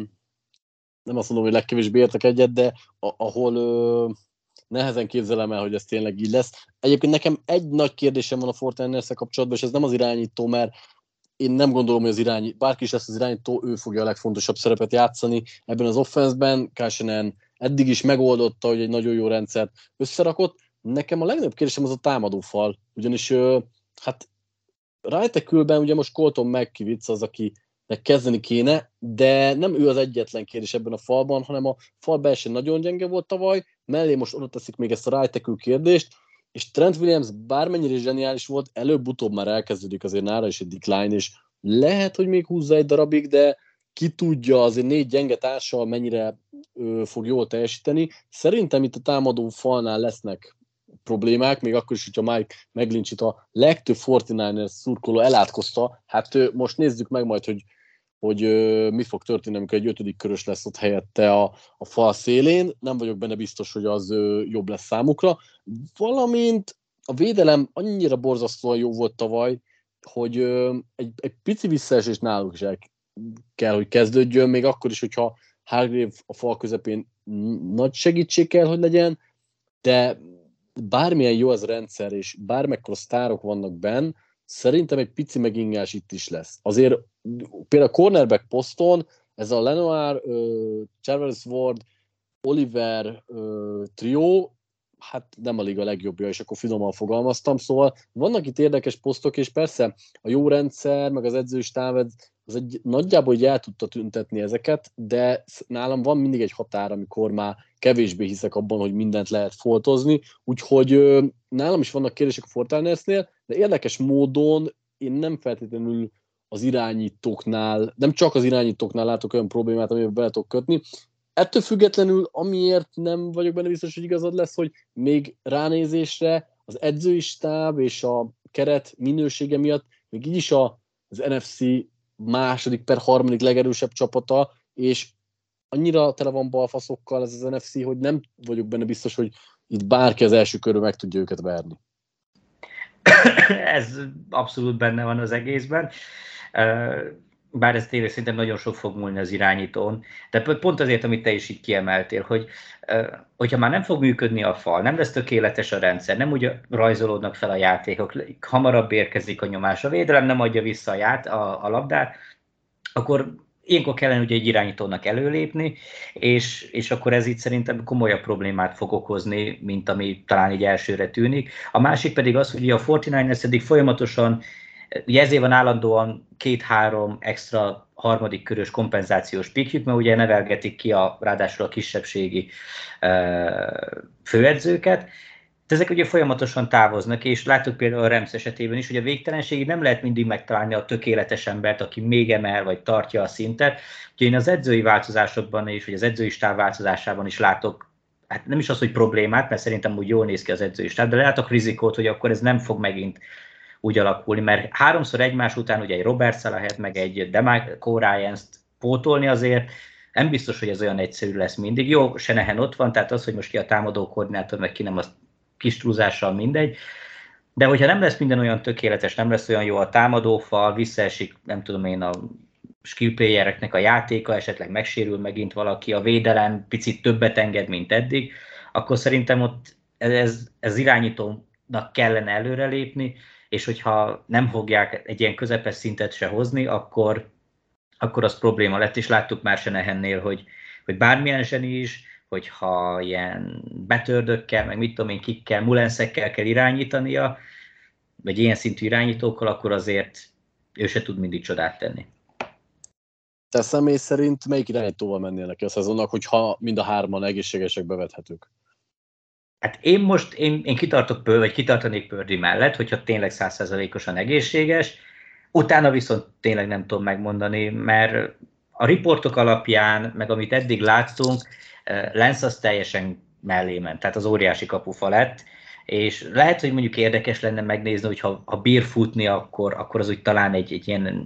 nem azt mondom, hogy legkevésbé értek egyet, de ahol nehezen képzelem el, hogy ez tényleg így lesz. Egyébként nekem egy nagy kérdésem van a negyvenkilencessel kapcsolatban, és ez nem az irányító, mert én nem gondolom, hogy az irányító, bárki is lesz az irányító, ő fogja a legfontosabb szerepet játszani ebben az offenszben. Kásenen eddig is megoldotta, hogy egy nagyon jó rendszert összerakott. Nekem a legnagyobb kérdésem az a támadófal, ugyanis hát right-tackle-ben ugye most Colton McKivitz az, akinek kezdeni kéne, de nem ő az egyetlen kérdés ebben a falban, hanem a fal belső nagyon gyenge volt tavaly, mellé most oda teszik még ezt a right-tackle kérdést, és Trent Williams bármennyire zseniális volt, előbb-utóbb már elkezdődik azért nála is egy decline, és lehet, hogy még húzza egy darabig, de ki tudja, azért négy gyenge társal mennyire ö, fog jól teljesíteni. Szerintem itt a támadó falnál lesznek problémák, még akkor is, hogyha Mike McGlinchey-t a legtöbb negyvenkilences szurkoló elátkozta. Hát ö, most nézzük meg majd, hogy, hogy ö, mi fog történni, amikor egy ötödik körös lesz ott helyette a, a fal szélén. Nem vagyok benne biztos, hogy az ö, jobb lesz számukra. Valamint a védelem annyira borzasztóan jó volt tavaly, hogy ö, egy, egy pici visszaesés náluk is el kell, hogy kezdődjön, még akkor is, hogyha Hargrave a fal közepén nagy segítség kell, hogy legyen, de bármilyen jó az rendszer, és bármekkora sztárok vannak benn, szerintem egy pici megingás itt is lesz. Azért például a cornerback poszton ez a Lenoir, uh, Charles Ward, Oliver uh, trió, hát nem a liga legjobbja, és akkor finoman fogalmaztam, szóval vannak itt érdekes posztok, és persze a jó rendszer, meg az edzőstáv, az egy nagyjából így el tudta tüntetni ezeket, de nálam van mindig egy határ, amikor már kevésbé hiszek abban, hogy mindent lehet foltozni, úgyhogy ö, nálam is vannak kérdések a negyvenkilencesnél, de érdekes módon én nem feltétlenül az irányítóknál, nem csak az irányítóknál látok olyan problémát, amiben bele tudok kötni. Ettől függetlenül, amiért nem vagyok benne biztos, hogy igazad lesz, hogy még ránézésre az edzői stáb és a keret minősége miatt még így is a, az en ef cé második per harmadik legerősebb csapata, és annyira tele van balfaszokkal ez az en ef cé, hogy nem vagyok benne biztos, hogy itt bárki az első körül meg tudja őket verni. Ez abszolút benne van az egészben. Bár ez tényleg szerintem nagyon sok fog múlni az irányítón, de pont azért, amit te is így kiemeltél, hogy hogyha már nem fog működni a fal, nem lesz tökéletes a rendszer, nem úgy rajzolódnak fel a játékok, hamarabb érkezik a nyomás, a védelem nem adja vissza a, ját, a, a labdát, akkor ilyenkor kellene ugye egy irányítónak előlépni, és, és akkor ez itt szerintem komolyabb problémát fog okozni, mint ami talán így elsőre tűnik. A másik pedig az, hogy a negyvenkilencesnek eddig folyamatosan, ugye ezért van állandóan két-három extra harmadik körös kompenzációs pikjük, mert ugye nevelgetik ki a, ráadásul a kisebbségi uh, főedzőket, de ezek ugye folyamatosan távoznak, és láttuk például a Rams esetében is, hogy a végtelenségig nem lehet mindig megtalálni a tökéletes embert, aki még emel, vagy tartja a szintet. Úgyhogy én az edzői változásokban is, vagy az edzői stáb változásában is látok, hát nem is az, hogy problémát, mert szerintem úgy jól néz ki az edzői stáb, de látok rizikót, hogy akkor ez nem fog megint úgy alakulni, mert háromszor egymás után ugye egy Robert Salahet, meg egy DeMarco Ryans-t pótolni azért, nem biztos, hogy ez olyan egyszerű lesz mindig. Jó, Shanahan ott van, tehát az, hogy most ki a támadó koordinátor, meg ki nem, az kis túlzással mindegy, de hogyha nem lesz minden olyan tökéletes, nem lesz olyan jó a támadófal, visszaesik, nem tudom én, a skill playereknek a játéka, esetleg megsérül megint valaki, a védelem picit többet enged, mint eddig, akkor szerintem ott ez, ez irányítónak kellene előrelépni, és hogyha nem fogják egy ilyen közepes szintet se hozni, akkor, akkor az probléma lett, és láttuk már Shanahannél, hogy, hogy bármilyen zseni is, hogyha ilyen betördökkel, meg mit tudom én, kikkel, mulenszekkel kell irányítania, vagy ilyen szintű irányítókkal, akkor azért ő se tud mindig csodát tenni. Te személy szerint melyik irányítóval mennél neki a szezonnak, hogyha mind a hárman egészségesek bevethetők? Hát én most, én, én kitartok, vagy kitartanék Purdy mellett, hogyha tényleg száz százalékosan egészséges, utána viszont tényleg nem tudom megmondani, mert a riportok alapján, meg amit eddig láttunk, Lance az teljesen mellé ment, tehát az óriási kapufa lett, és lehet, hogy mondjuk érdekes lenne megnézni, hogy ha, ha bír futni, akkor, akkor az úgy talán egy, egy ilyen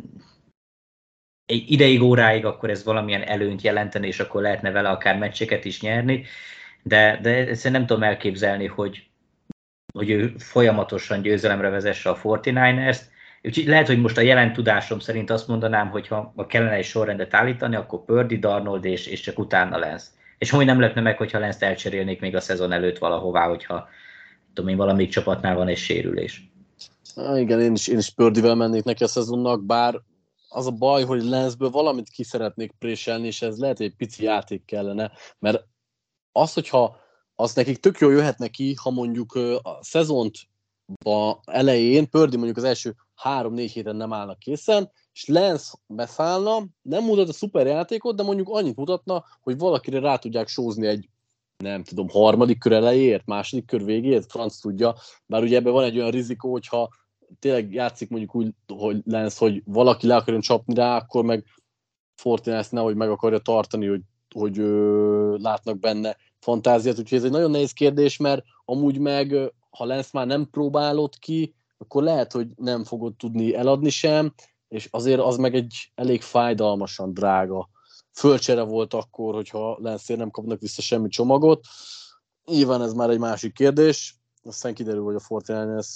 egy ideig, óráig, akkor ez valamilyen előnyt jelenteni, és akkor lehetne vele akár meccseket is nyerni, de, de ezt nem tudom elképzelni, hogy, hogy ő folyamatosan győzelemre vezesse a negyvenkilencest, úgyhogy lehet, hogy most a jelen tudásom szerint azt mondanám, hogy ha, ha kellene egy sorrendet állítani, akkor Purdy, Darnold és, és csak utána Lance. És hogy nem lepne meg, hogyha Lance-t elcserélnék még a szezon előtt valahová, hogyha tudom én, valamelyik csapatnál van egy sérülés. Há, igen, én is, én is Purdyvel mennék neki a szezonnak, bár az a baj, hogy Lance-ből valamit ki szeretnék préselni, és ez lehet, hogy egy pici játék kellene, mert az, hogyha az nekik tök jól jöhet neki, ha mondjuk a szezont elején Purdy mondjuk az első három-négy héten nem állnak készen, és Lance beszállna, nem mutat a szuper játékot, de mondjuk annyit mutatna, hogy valakire rá tudják sózni egy, nem tudom, harmadik kör elejéért, második kör végéért, franc tudja, bár ugye ebben van egy olyan rizikó, hogyha tényleg játszik mondjuk úgy, hogy Lance, hogy valaki le akarjon csapni rá, akkor meg negyvenkilenc nehogy meg akarja tartani, hogy, hogy ö, látnak benne fantáziát, úgyhogy ez egy nagyon nehéz kérdés, mert amúgy meg, ha Lance már nem próbálod ki, akkor lehet, hogy nem fogod tudni eladni sem, és azért az meg egy elég fájdalmasan drága földcsere volt akkor, hogyha Lance-ért nem kapnak vissza semmi csomagot. Nyilván ez már egy másik kérdés, aztán kiderül, hogy a negyvenkilenc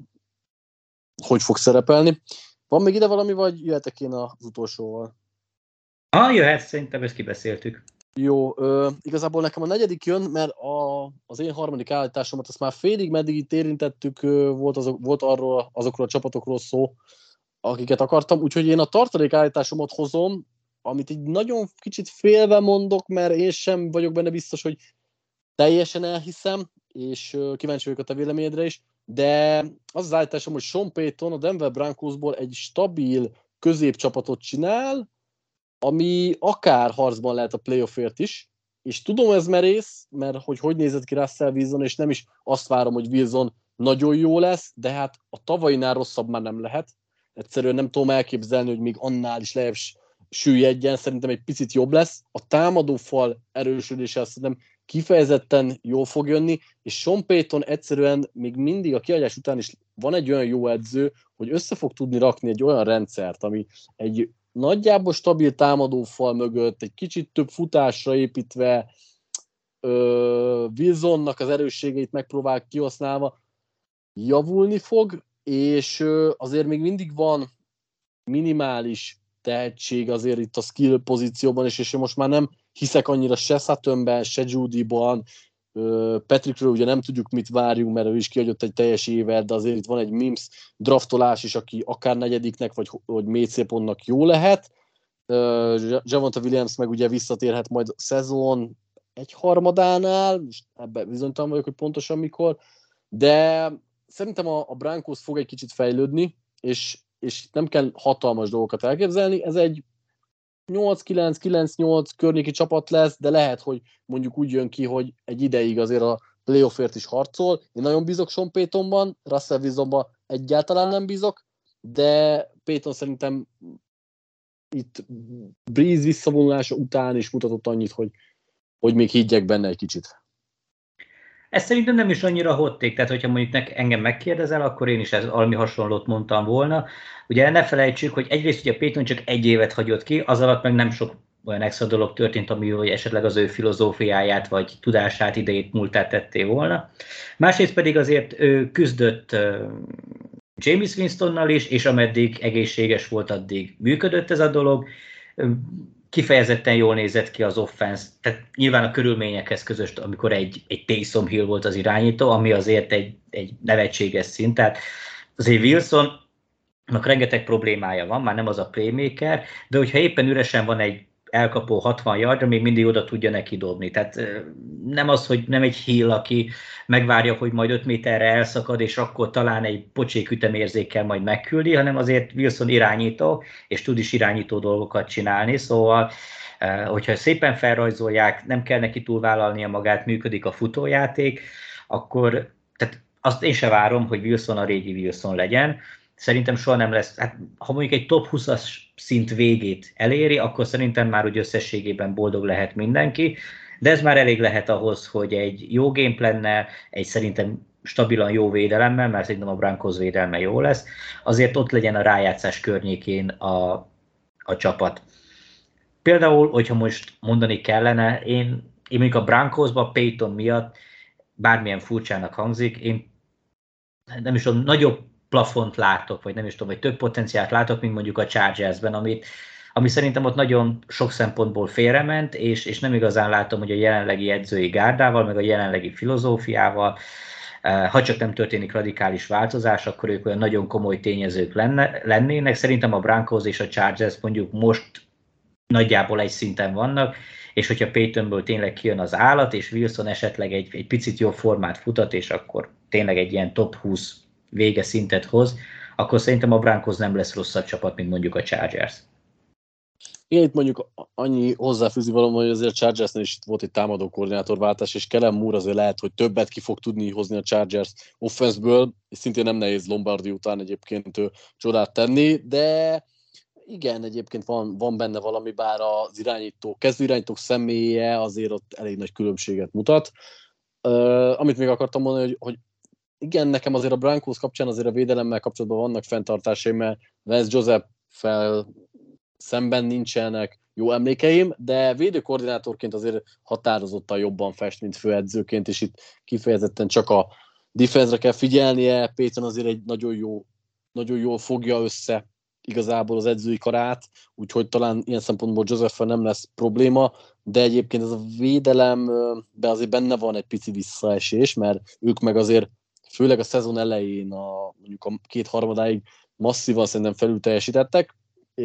hogy fog szerepelni. Van még ide valami, vagy jöhetek én az utolsóval? Ah, jöhet, szerintem ezt kibeszéltük. Jó, ö, igazából nekem a negyedik jön, mert a, az én harmadik állításomat azt már félig meddig itt érintettük, ö, volt, azok, volt arról, azokról a csapatokról szó, akiket akartam, úgyhogy én a tartalék állításomat hozom, amit így nagyon kicsit félve mondok, mert én sem vagyok benne biztos, hogy teljesen elhiszem, és ö, kíváncsi vagyok a te véleményedre is, de az az állításom, hogy Sean Payton a Denver Broncosból egy stabil középcsapatot csinál, ami akár harcban lehet a playoffért is, és tudom ez merész, mert hogy hogy nézett ki Russell Wilson, és nem is azt várom, hogy Wilson nagyon jó lesz, de hát a tavainál rosszabb már nem lehet. Egyszerűen nem tudom elképzelni, hogy még annál is lejjebb süllyedjen, szerintem egy picit jobb lesz. A támadófal erősödése szerintem kifejezetten jól fog jönni, és Sean Payton egyszerűen még mindig a kiadás után is van egy olyan jó edző, hogy össze fog tudni rakni egy olyan rendszert, ami egy nagyjából stabil támadófal mögött, egy kicsit több futásra építve, ö, Wilsonnak az erősségeit megpróbál kihasználva javulni fog, és ö, azért még mindig van minimális tehetség azért itt a skill pozícióban, és, és én most már nem hiszek annyira se Suttonben, se Judyban, Patrickről ugye nem tudjuk, mit várjunk, mert ő is kiadott egy teljes évet, de azért itt van egy Mims draftolás is, aki akár negyediknek, vagy, vagy mécépontnak jó lehet. Javonte Williams meg ugye visszatérhet majd a szezon egy harmadánál, és ebben bizonytalan vagyok, hogy pontosan mikor, de szerintem a, a Broncos fog egy kicsit fejlődni, és, és nem kell hatalmas dolgokat elképzelni, ez egy nyolc kilenc kilenc nyolc környéki csapat lesz, de lehet, hogy mondjuk úgy jön ki, hogy egy ideig azért a playoffért is harcol. Én nagyon bízok Sean Paytonban, Russell Wilsonban egyáltalán nem bízok, de Payton szerintem itt Breeze visszavonulása után is mutatott annyit, hogy, hogy még higgyek benne egy kicsit. Ez szerintem nem is annyira hotték, tehát hogyha mondjuk nek, engem megkérdezel, akkor én is ez valami hasonlót mondtam volna. Ugye ne felejtsük, hogy egyrészt ugye Payton csak egy évet hagyott ki, az alatt meg nem sok olyan extra dolog történt, ami hogy esetleg az ő filozófiáját vagy tudását, idejét, múltát tetté volna. Másrészt pedig azért ő küzdött uh, Jameis Winstonnal is, és ameddig egészséges volt, addig működött ez a dolog. Kifejezetten jól nézett ki az offense, tehát nyilván a körülményekhez közös, amikor egy, egy Taysom Hill volt az irányító, ami azért egy, egy nevetséges szint, tehát azért Wilsonnak rengeteg problémája van, már nem az a playmaker, de hogyha éppen üresen van egy elkapó hatvan yardra, még mindig oda tudja neki dobni. Tehát nem az, hogy nem egy Hill, aki megvárja, hogy majd öt méterre elszakad, és akkor talán egy pocsék ütemérzékkel majd megküldi, hanem azért Wilson irányító, és tud is irányító dolgokat csinálni, szóval hogyha szépen felrajzolják, nem kell neki túlvállalnia magát, működik a futójáték, akkor tehát azt én se várom, hogy Wilson a régi Wilson legyen. Szerintem soha nem lesz, hát ha mondjuk egy top húszas szint végét eléri, akkor szerintem már úgy összességében boldog lehet mindenki, de ez már elég lehet ahhoz, hogy egy jó gameplannel, egy szerintem stabilan jó védelemmel, mert szerintem a Broncos védelme jó lesz, azért ott legyen a rájátszás környékén a, a csapat. Például, hogyha most mondani kellene, én, én mondjuk a Broncosban Peyton miatt, bármilyen furcsának hangzik, én nem is tudom, nagyobb plafont látok, vagy nem is tudom, vagy több potenciált látok, mint mondjuk a Chargersben, amit, ami szerintem ott nagyon sok szempontból félrement, és, és nem igazán látom, hogy a jelenlegi edzői gárdával, meg a jelenlegi filozófiával, ha csak nem történik radikális változás, akkor ők olyan nagyon komoly tényezők lenne, lennének. Szerintem a Broncos és a Chargers mondjuk most nagyjából egy szinten vannak, és hogyha Peytonből tényleg kijön az állat, és Wilson esetleg egy, egy picit jobb formát futat, és akkor tényleg egy ilyen top húsz vége szintet hoz, akkor szerintem a Broncos nem lesz rosszabb csapat, mint mondjuk a Chargers. Igen, itt mondjuk annyi hozzáfűzi valami, hogy azért a Chargersnél is itt volt egy támadó koordinátorváltás, és Kellen Moore azért lehet, hogy többet ki fog tudni hozni a Chargers offense-ből, és szintén nem nehéz Lombardi után egyébként csodát tenni, de igen, egyébként van, van benne valami, bár az irányító, kezdőirányítók személye azért ott elég nagy különbséget mutat. Uh, amit még akartam mondani, hogy, hogy igen, nekem azért a Broncos kapcsán azért a védelemmel kapcsolatban vannak fenntartásaim, mert Vance Joseph-fel szemben nincsenek jó emlékeim, de védőkoordinátorként azért határozottan jobban fest, mint főedzőként, és itt kifejezetten csak a defense-re kell figyelnie. Peyton azért egy nagyon jó, nagyon jól fogja össze igazából az edzői karát, úgyhogy talán ilyen szempontból Joseph-fel nem lesz probléma, de egyébként ez a védelemben azért benne van egy pici visszaesés, mert ők meg azért főleg a szezon elején, a, mondjuk a két harmadáig masszívan szerintem felül teljesítettek.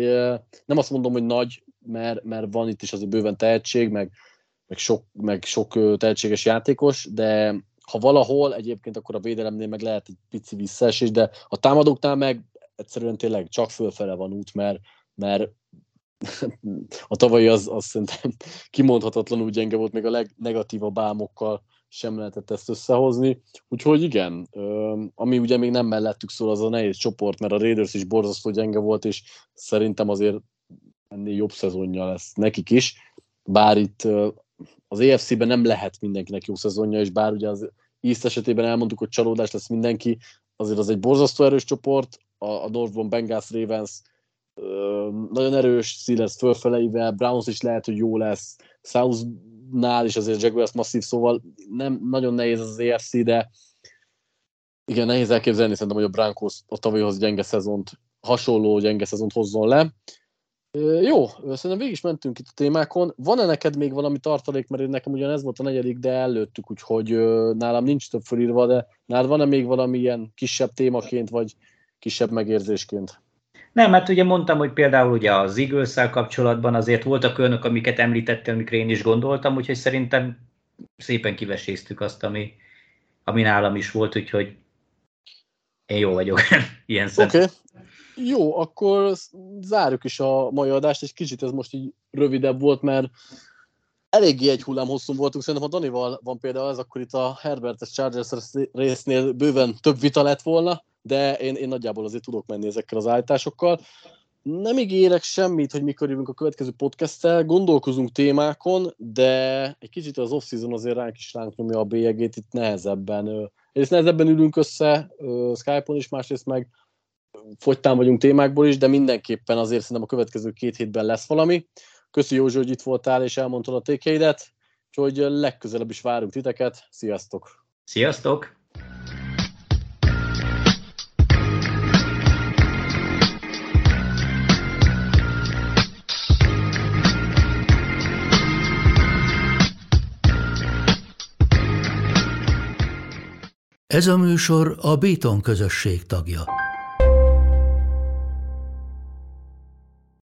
Nem azt mondom, hogy nagy, mert, mert van itt is azért bőven tehetség, meg, meg, sok, meg sok tehetséges játékos, de ha valahol egyébként, akkor a védelemnél meg lehet egy pici visszaesés, de a támadóknál meg egyszerűen tényleg csak fölfele van út, mert, mert a tavalyi az, az szerintem kimondhatatlanul gyenge volt, még a legnegatívabb álmokkal sem lehetett ezt összehozni. Úgyhogy igen, ami ugye még nem mellettük szól, az a nehéz csoport, mert a Raiders is borzasztó gyenge volt, és szerintem azért ennél jobb szezonja lesz nekik is. Bár itt az á ef cé-ben nem lehet mindenkinek jó szezonja, és bár ugye az East esetében elmondtuk, hogy csalódás lesz mindenki, azért az egy borzasztó erős csoport, a, a Northbound Bengals, Ravens nagyon erős, Steelers fölfeleivel, Browns is lehet, hogy jó lesz, Southnál is azért Jaguars masszív, szóval nem nagyon nehéz az á ef cé, de igen, nehéz elképzelni szerintem, hogy a Broncos a tavalyhoz gyenge szezont, hasonló gyenge szezont hozzon le. Jó, szerintem végig is mentünk itt a témákon. Van-e neked még valami tartalék, mert nekem ugyan ez volt a negyedik, de előttük, úgyhogy nálam nincs több fölírva, de nálad van-e még valami ilyen kisebb témaként, vagy kisebb megérzésként? Nem, hát ugye mondtam, hogy például ugye az Eagles-szel kapcsolatban azért voltak olyanok, amiket említettem, amikre én is gondoltam, úgyhogy szerintem szépen kiveséztük azt, ami, ami nálam is volt, úgyhogy én jó vagyok ilyen szemben. Oké, okay. Jó, akkor zárjuk is a mai adást, és kicsit ez most így rövidebb volt, mert eléggé egy hullám hosszú voltunk, szerintem ha Danival van például ez, akkor itt a Herbertes Chargers résznél bőven több vita lett volna, de én, én nagyjából azért tudok menni ezekkel az állításokkal. Nem ígérek semmit, hogy mikor jövünk a következő podcasttel, gondolkozunk témákon, de egy kicsit az off-season azért ránk is ránk nyomja a bélyegét, itt nehezebben, egyrészt nehezebben ülünk össze Skype-on is, másrészt meg fogytán vagyunk témákból is, de mindenképpen azért szerintem a következő két hétben lesz valami. Köszi Józsi, hogy itt voltál és elmondtad a tékeidet, úgyhogy legközelebb is várunk titeket. Sziasztok! Sziasztok! Ez a műsor a Béton közösség tagja.